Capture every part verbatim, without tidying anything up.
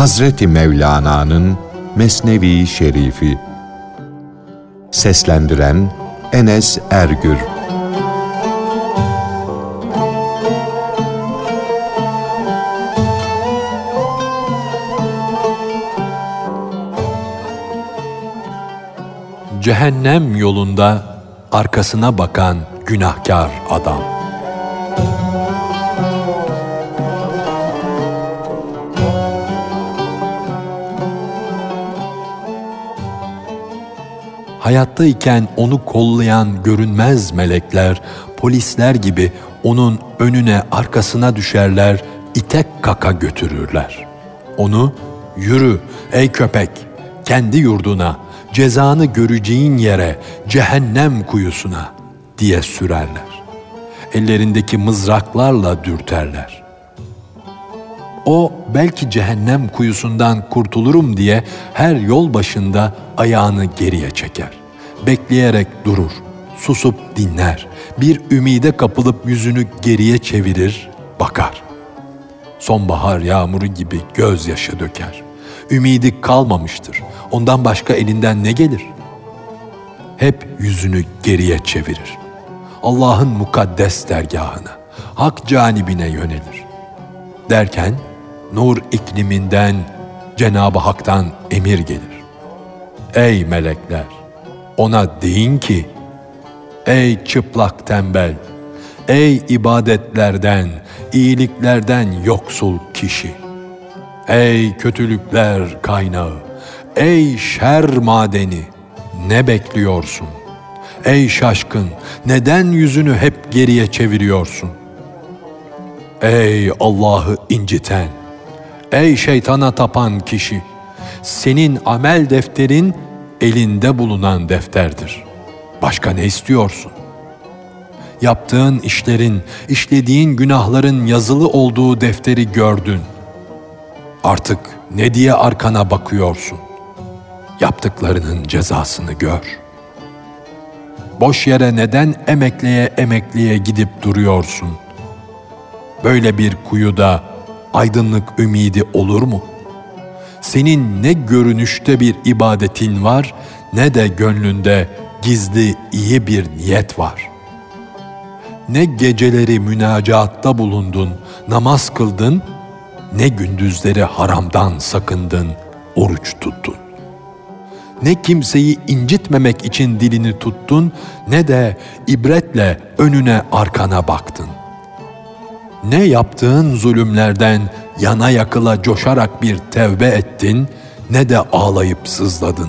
Hazreti Mevlana'nın Mesnevi Şerifi. Seslendiren Enes Ergür. Cehennem yolunda arkasına bakan günahkar adam. Hayattayken onu kollayan görünmez melekler, polisler gibi onun önüne arkasına düşerler, ite kaka götürürler. Onu, "Yürü ey köpek, kendi yurduna, cezanı göreceğin yere, cehennem kuyusuna" diye sürerler. Ellerindeki mızraklarla dürterler. O belki cehennem kuyusundan kurtulurum diye her yol başında ayağını geriye çeker. Bekleyerek durur, susup dinler. Bir ümide kapılıp yüzünü geriye çevirir, bakar. Sonbahar yağmuru gibi gözyaşı döker. Ümidi kalmamıştır. Ondan başka elinden ne gelir? Hep yüzünü geriye çevirir. Allah'ın mukaddes dergahına, hak canibine yönelir. Derken nur ikliminden, Cenab-ı Hak'tan emir gelir. Ey melekler, ona deyin ki, ey çıplak tembel, ey ibadetlerden, iyiliklerden yoksul kişi, ey kötülükler kaynağı, ey şer madeni, ne bekliyorsun? Ey şaşkın, neden yüzünü hep geriye çeviriyorsun? Ey Allah'ı inciten, ey şeytana tapan kişi, senin amel defterin elinde bulunan defterdir. Başka ne istiyorsun? Yaptığın işlerin, işlediğin günahların yazılı olduğu defteri gördün. Artık ne diye arkana bakıyorsun? Yaptıklarının cezasını gör. Boş yere neden emekleye emekleye gidip duruyorsun? Böyle bir kuyuda aydınlık ümidi olur mu? Senin ne görünüşte bir ibadetin var, ne de gönlünde gizli iyi bir niyet var. Ne geceleri münacatta bulundun, namaz kıldın, ne gündüzleri haramdan sakındın, oruç tuttun. Ne kimseyi incitmemek için dilini tuttun, ne de ibretle önüne arkana baktın. Ne yaptığın zulümlerden yana yakıla coşarak bir tevbe ettin, ne de ağlayıp sızladın.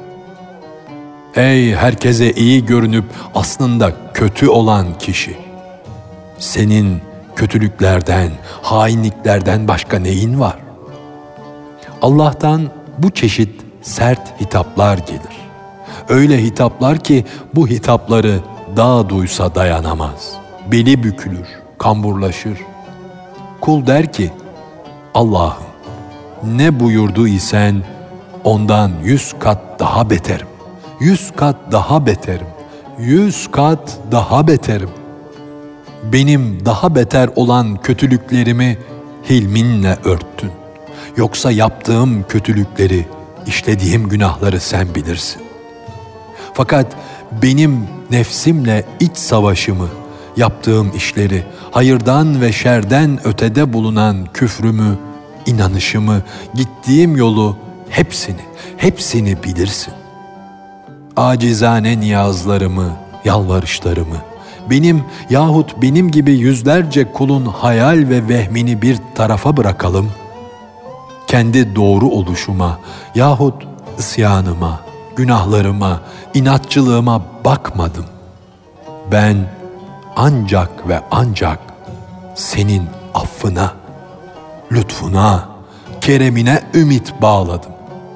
Ey herkese iyi görünüp aslında kötü olan kişi! Senin kötülüklerden, hainliklerden başka neyin var? Allah'tan bu çeşit sert hitaplar gelir. Öyle hitaplar ki bu hitapları dağ duysa dayanamaz. Beli bükülür, kamburlaşır. Kul der ki, Allah'ım ne buyurdu isen ondan yüz kat daha beterim. Yüz kat daha beterim. Yüz kat daha beterim. Benim daha beter olan kötülüklerimi hilminle örttün. Yoksa yaptığım kötülükleri, işlediğim günahları sen bilirsin. Fakat benim nefsimle iç savaşımı, yaptığım işleri, hayırdan ve şerden ötede bulunan küfrümü, inanışımı, gittiğim yolu, hepsini, hepsini bilirsin. Acizane niyazlarımı, yalvarışlarımı, benim yahut benim gibi yüzlerce kulun hayal ve vehmini bir tarafa bırakalım, kendi doğru oluşuma yahut isyanıma, günahlarıma, inatçılığıma bakmadım. Ben ancak ve ancak senin affına, lütfuna, keremine ümit bağladım.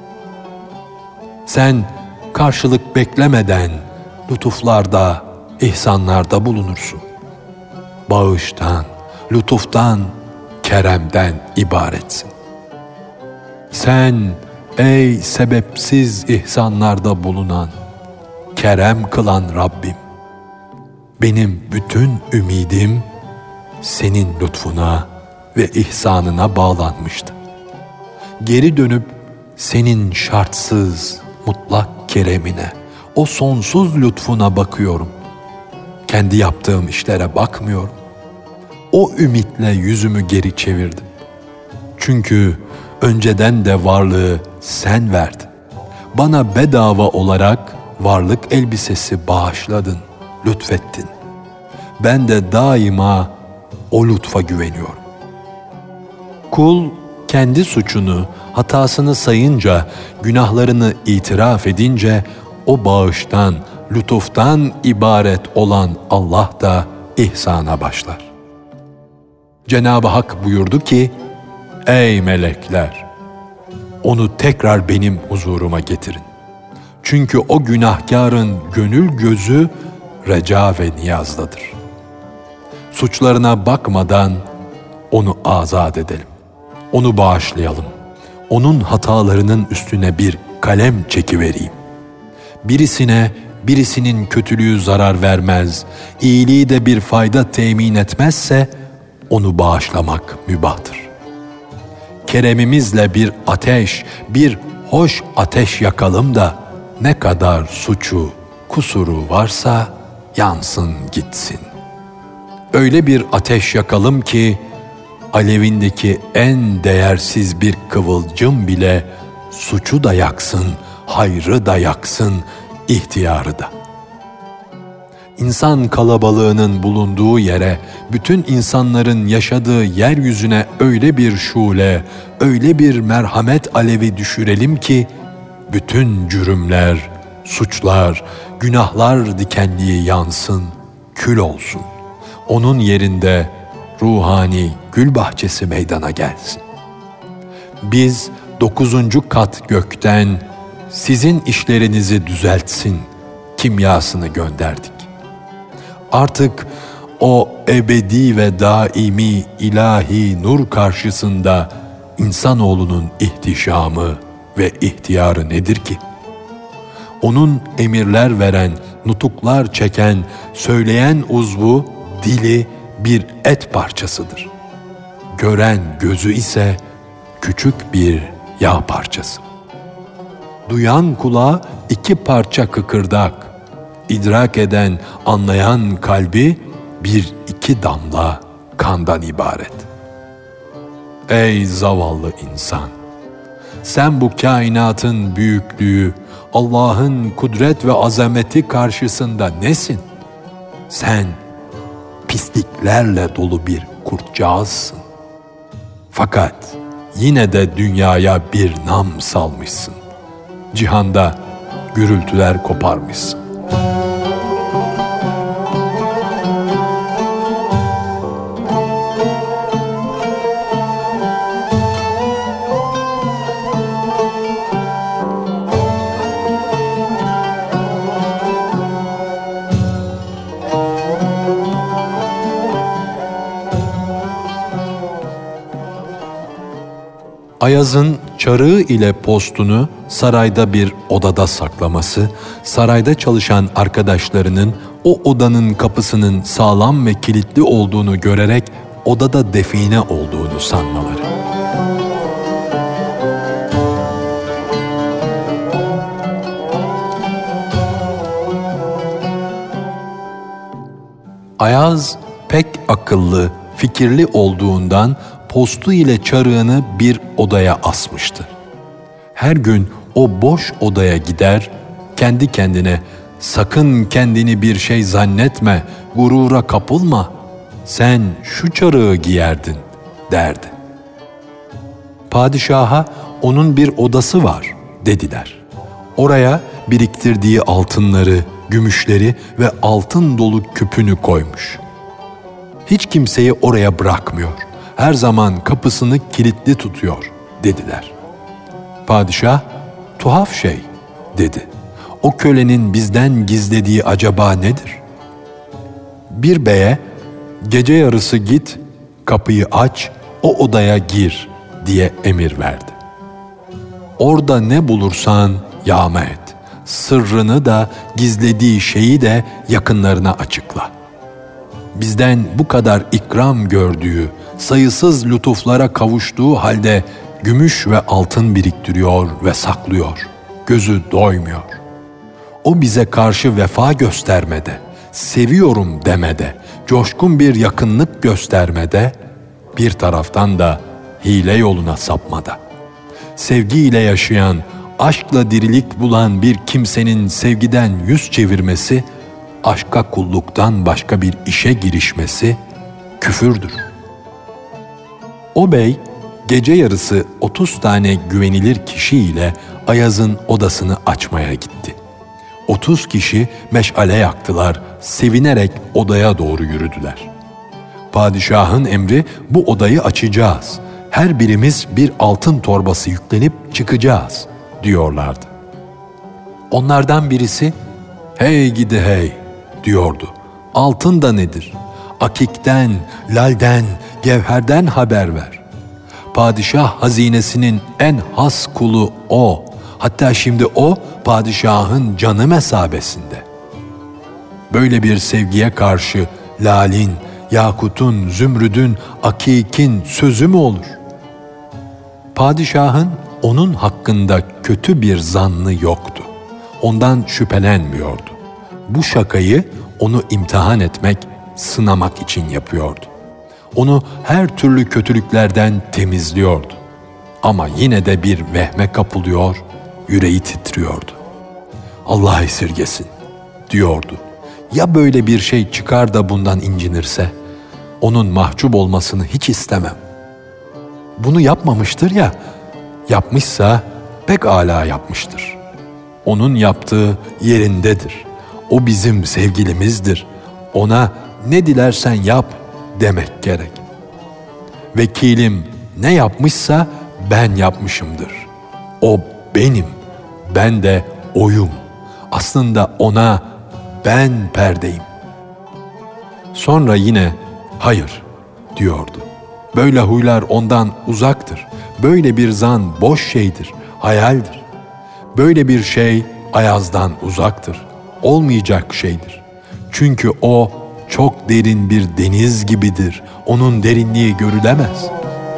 Sen karşılık beklemeden lütuflarda, ihsanlarda bulunursun. Bağıştan, lütuftan, keremden ibaretsin. Sen ey sebepsiz ihsanlarda bulunan, kerem kılan Rabbim, benim bütün ümidim senin lütfuna ve ihsanına bağlanmıştı. Geri dönüp senin şartsız, mutlak keremine, o sonsuz lütfuna bakıyorum. Kendi yaptığım işlere bakmıyorum. O ümitle yüzümü geri çevirdim. Çünkü önceden de varlığı sen verdin. Bana bedava olarak varlık elbisesi bağışladın, lütfettin. Ben de daima o lütfa güveniyorum. Kul kendi suçunu, hatasını sayınca, günahlarını itiraf edince o bağıştan, lütuftan ibaret olan Allah da ihsana başlar. Cenab-ı Hak buyurdu ki, ey melekler, onu tekrar benim huzuruma getirin. Çünkü o günahkarın gönül gözü reca ve niyazdadır. Suçlarına bakmadan onu azat edelim. Onu bağışlayalım. Onun hatalarının üstüne bir kalem çekivereyim. Birisine birisinin kötülüğü zarar vermez, iyiliği de bir fayda temin etmezse onu bağışlamak mübahtır. Keremimizle bir ateş, bir hoş ateş yakalım da ne kadar suçu, kusuru varsa yansın gitsin. Öyle bir ateş yakalım ki alevindeki en değersiz bir kıvılcım bile suçu da yaksın, hayrı da yaksın, ihtiyarı da. İnsan kalabalığının bulunduğu yere, bütün insanların yaşadığı yeryüzüne öyle bir şule, öyle bir merhamet alevi düşürelim ki, bütün cürümler, suçlar, günahlar dikenliği yansın, kül olsun. Onun yerinde ruhani gül bahçesi meydana gelsin. Biz dokuzuncu kat gökten sizin işlerinizi düzeltsin kimyasını gönderdik. Artık o ebedi ve daimi ilahi nur karşısında insanoğlunun ihtişamı ve ihtiyarı nedir ki? Onun emirler veren, nutuklar çeken, söyleyen uzvu, dili bir et parçasıdır. Gören gözü ise küçük bir yağ parçası. Duyan kulağı iki parça kıkırdak, idrak eden, anlayan kalbi bir iki damla kandan ibaret. Ey zavallı insan! Sen bu kainatın büyüklüğü, Allah'ın kudret ve azameti karşısında nesin? Sen pisliklerle dolu bir kurtcağızsın. Fakat yine de dünyaya bir nam salmışsın. Cihanda gürültüler koparmışsın. Ayaz'ın çarığı ile postunu sarayda bir odada saklaması, sarayda çalışan arkadaşlarının o odanın kapısının sağlam ve kilitli olduğunu görerek odada define olduğunu sanmaları. Ayaz pek akıllı, fikirli olduğundan postu ile çarığını bir odaya asmıştı. Her gün o boş odaya gider, kendi kendine sakın kendini bir şey zannetme, gurura kapılma, sen şu çarığı giyerdin derdi. Padişaha onun bir odası var dediler. Oraya biriktirdiği altınları, gümüşleri ve altın dolu küpünü koymuş. Hiç kimseyi oraya bırakmıyor. Her zaman kapısını kilitli tutuyor dediler. Padişah, tuhaf şey dedi. O kölenin bizden gizlediği acaba nedir? Bir beye gece yarısı git, kapıyı aç, o odaya gir diye emir verdi. Orada ne bulursan yağma et. Sırrını da gizlediği şeyi de yakınlarına açıkla. Bizden bu kadar ikram gördüğü, sayısız lütuflara kavuştuğu halde gümüş ve altın biriktiriyor ve saklıyor. Gözü doymuyor. O bize karşı vefa göstermede, seviyorum demede, coşkun bir yakınlık göstermede, bir taraftan da hile yoluna sapmada. Sevgiyle yaşayan, aşkla dirilik bulan bir kimsenin sevgiden yüz çevirmesi, aşka kulluktan başka bir işe girişmesi küfürdür. O bey, gece yarısı otuz tane güvenilir kişiyle Ayaz'ın odasını açmaya gitti. Otuz kişi meşale yaktılar, sevinerek odaya doğru yürüdüler. Padişahın emri, bu odayı açacağız. Her birimiz bir altın torbası yüklenip çıkacağız diyorlardı. Onlardan birisi, hey gidi hey diyordu. Altın da nedir? Akikten, lalden, gevherden haber ver. Padişah hazinesinin en has kulu o. Hatta şimdi o padişahın canı mesabesinde. Böyle bir sevgiye karşı lalin, yakutun, zümrüdün, akikin sözü mü olur? Padişahın onun hakkında kötü bir zannı yoktu. Ondan şüphelenmiyordu. Bu şakayı onu imtihan etmek, sınamak için yapıyordu. Onu her türlü kötülüklerden temizliyordu. Ama yine de bir vehme kapılıyor, yüreği titriyordu. Allah esirgesin diyordu. Ya böyle bir şey çıkar da bundan incinirse? Onun mahcup olmasını hiç istemem. Bunu yapmamıştır ya, yapmışsa pek âlâ yapmıştır. Onun yaptığı yerindedir. O bizim sevgilimizdir. Ona ne dilersen yap demek gerek. Vekilim ne yapmışsa ben yapmışımdır. O benim, ben de oyum. Aslında ona ben perdeyim. Sonra yine hayır diyordu. Böyle huylar ondan uzaktır. Böyle bir zan boş şeydir, hayaldir. Böyle bir şey Ayaz'dan uzaktır. Olmayacak şeydir. Çünkü o çok derin bir deniz gibidir. Onun derinliği görülemez.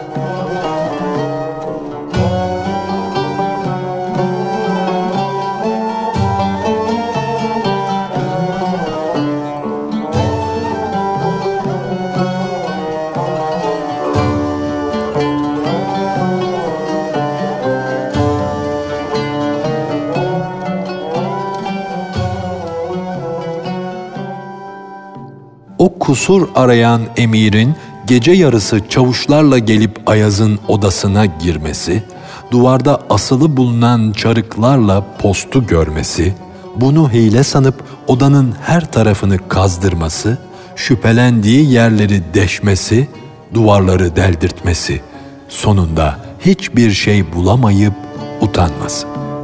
O kusur arayan emirin gece yarısı çavuşlarla gelip Ayaz'ın odasına girmesi, duvarda asılı bulunan çarıklarla postu görmesi, bunu hile sanıp odanın her tarafını kazdırması, şüphelendiği yerleri deşmesi, duvarları deldirtmesi, sonunda hiçbir şey bulamayıp utanması.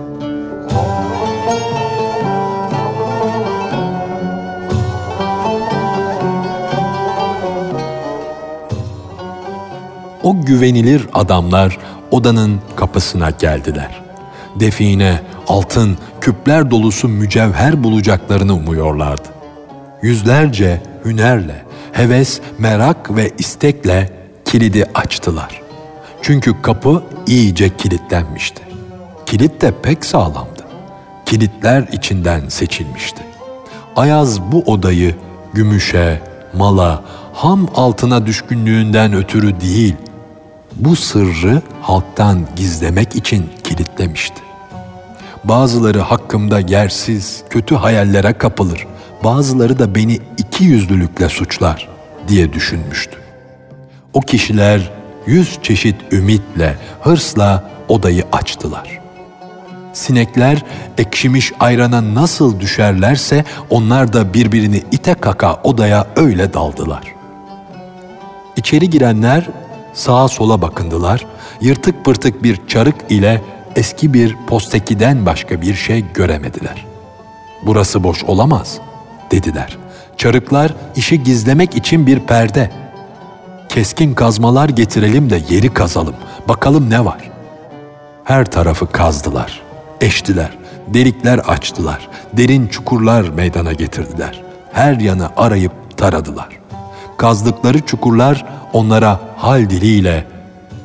O güvenilir adamlar odanın kapısına geldiler. Define, altın, küpler dolusu mücevher bulacaklarını umuyorlardı. Yüzlerce hünerle, heves, merak ve istekle kilidi açtılar. Çünkü kapı iyice kilitlenmişti. Kilit de pek sağlamdı. Kilitler içinden seçilmişti. Ayaz bu odayı gümüşe, mala, ham altına düşkünlüğünden ötürü değil, bu sırrı halktan gizlemek için kilitlemişti. Bazıları hakkımda yersiz, kötü hayallere kapılır, bazıları da beni iki yüzlülükle suçlar diye düşünmüştü. O kişiler yüz çeşit ümitle, hırsla odayı açtılar. Sinekler ekşimiş ayrana nasıl düşerlerse onlar da birbirini ite kaka odaya öyle daldılar. İçeri girenler sağa sola bakındılar, yırtık pırtık bir çarık ile eski bir postekiden başka bir şey göremediler. Burası boş olamaz, dediler. Çarıklar işi gizlemek için bir perde. Keskin kazmalar getirelim de yeri kazalım, bakalım ne var. Her tarafı kazdılar, eştiler, delikler açtılar, derin çukurlar meydana getirdiler. Her yanı arayıp taradılar. Kazdıkları çukurlar onlara hal diliyle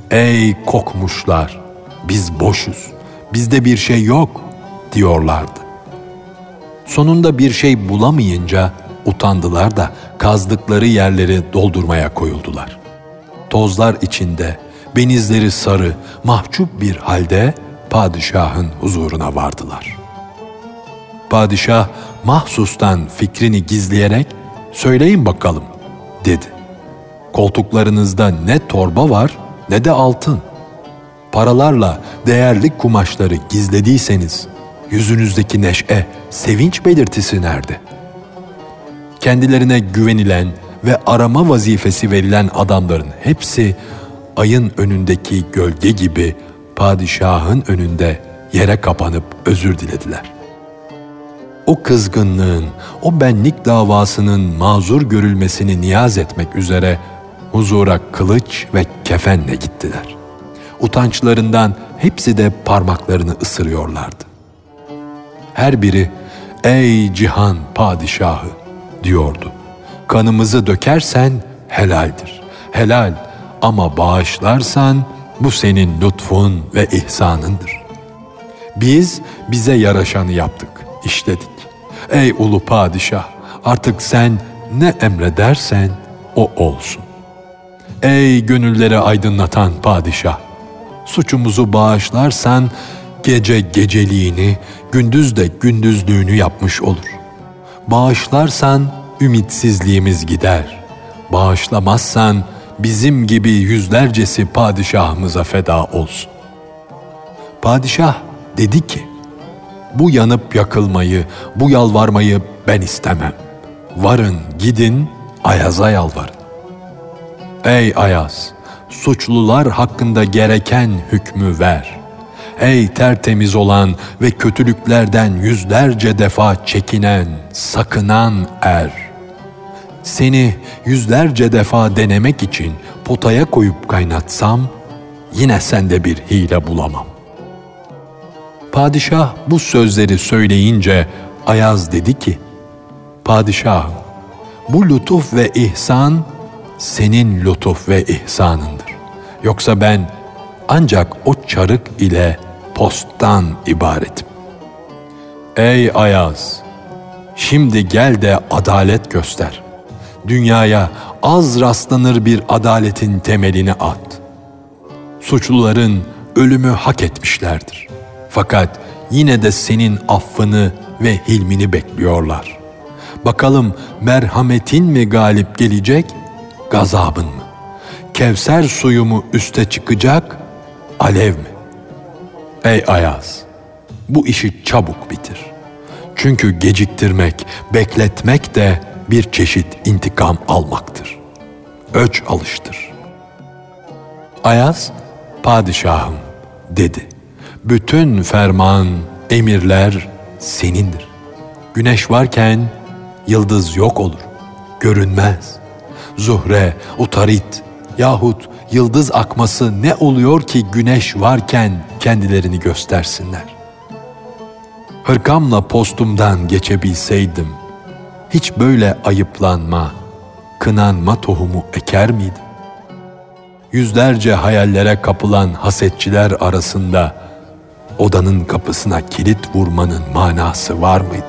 "Ey kokmuşlar, biz boşuz, bizde bir şey yok," diyorlardı. Sonunda bir şey bulamayınca utandılar da kazdıkları yerleri doldurmaya koyuldular. Tozlar içinde, benizleri sarı, mahcup bir halde padişahın huzuruna vardılar. Padişah mahsustan fikrini gizleyerek "Söyleyin bakalım," dedi. "Koltuklarınızda ne torba var ne de altın. Paralarla değerli kumaşları gizlediyseniz yüzünüzdeki neşe, sevinç belirtisi nerede?" Kendilerine güvenilen ve arama vazifesi verilen adamların hepsi ayın önündeki gölge gibi padişahın önünde yere kapanıp özür dilediler. O kızgınlığın, o benlik davasının mazur görülmesini niyaz etmek üzere huzura kılıç ve kefenle gittiler. Utançlarından hepsi de parmaklarını ısırıyorlardı. Her biri "Ey cihan padişahı," diyordu. "Kanımızı dökersen helaldir, helal, ama bağışlarsan bu senin lütfun ve ihsanındır. Biz bize yaraşanı yaptık, işledik. Ey ulu padişah, artık sen ne emredersen o olsun. Ey gönülleri aydınlatan padişah, suçumuzu bağışlarsan gece geceliğini, gündüz de gündüzlüğünü yapmış olur. Bağışlarsan ümitsizliğimiz gider. Bağışlamazsan bizim gibi yüzlercesi padişahımıza feda olsun." Padişah dedi ki, "Bu yanıp yakılmayı, bu yalvarmayı ben istemem. Varın gidin Ayaz'a yalvarın. Ey Ayaz, suçlular hakkında gereken hükmü ver. Ey tertemiz olan ve kötülüklerden yüzlerce defa çekinen, sakınan er. Seni yüzlerce defa denemek için potaya koyup kaynatsam, yine sende bir hile bulamam." Padişah bu sözleri söyleyince Ayaz dedi ki, "Padişahım, bu lütuf ve ihsan senin lütuf ve ihsanındır. Yoksa ben ancak o çarık ile posttan ibaretim. Ey Ayaz, şimdi gel de adalet göster. Dünyaya az rastlanır bir adaletin temelini at. Suçluların ölümü hak etmişlerdir. Fakat yine de senin affını ve hilmini bekliyorlar. Bakalım merhametin mi galip gelecek, gazabın mı? Kevser suyu mu üste çıkacak, alev mi? Ey Ayaz, bu işi çabuk bitir. Çünkü geciktirmek, bekletmek de bir çeşit intikam almaktır. Öç alıştır." Ayaz, "Padişahım," dedi. "Bütün ferman, emirler senindir. Güneş varken yıldız yok olur, görünmez. Zuhre, Utarit yahut yıldız akması ne oluyor ki güneş varken kendilerini göstersinler? Hırkamla postumdan geçebilseydim, hiç böyle ayıplanma, kınanma tohumu eker miydim? Yüzlerce hayallere kapılan hasetçiler arasında odanın kapısına kilit vurmanın manası var mıydı?"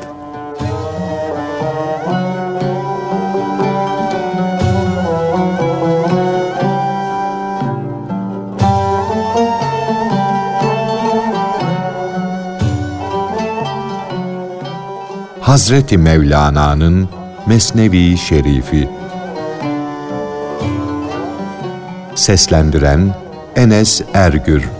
Hazreti Mevlana'nın Mesnevi Şerifi. Seslendiren Enes Ergür.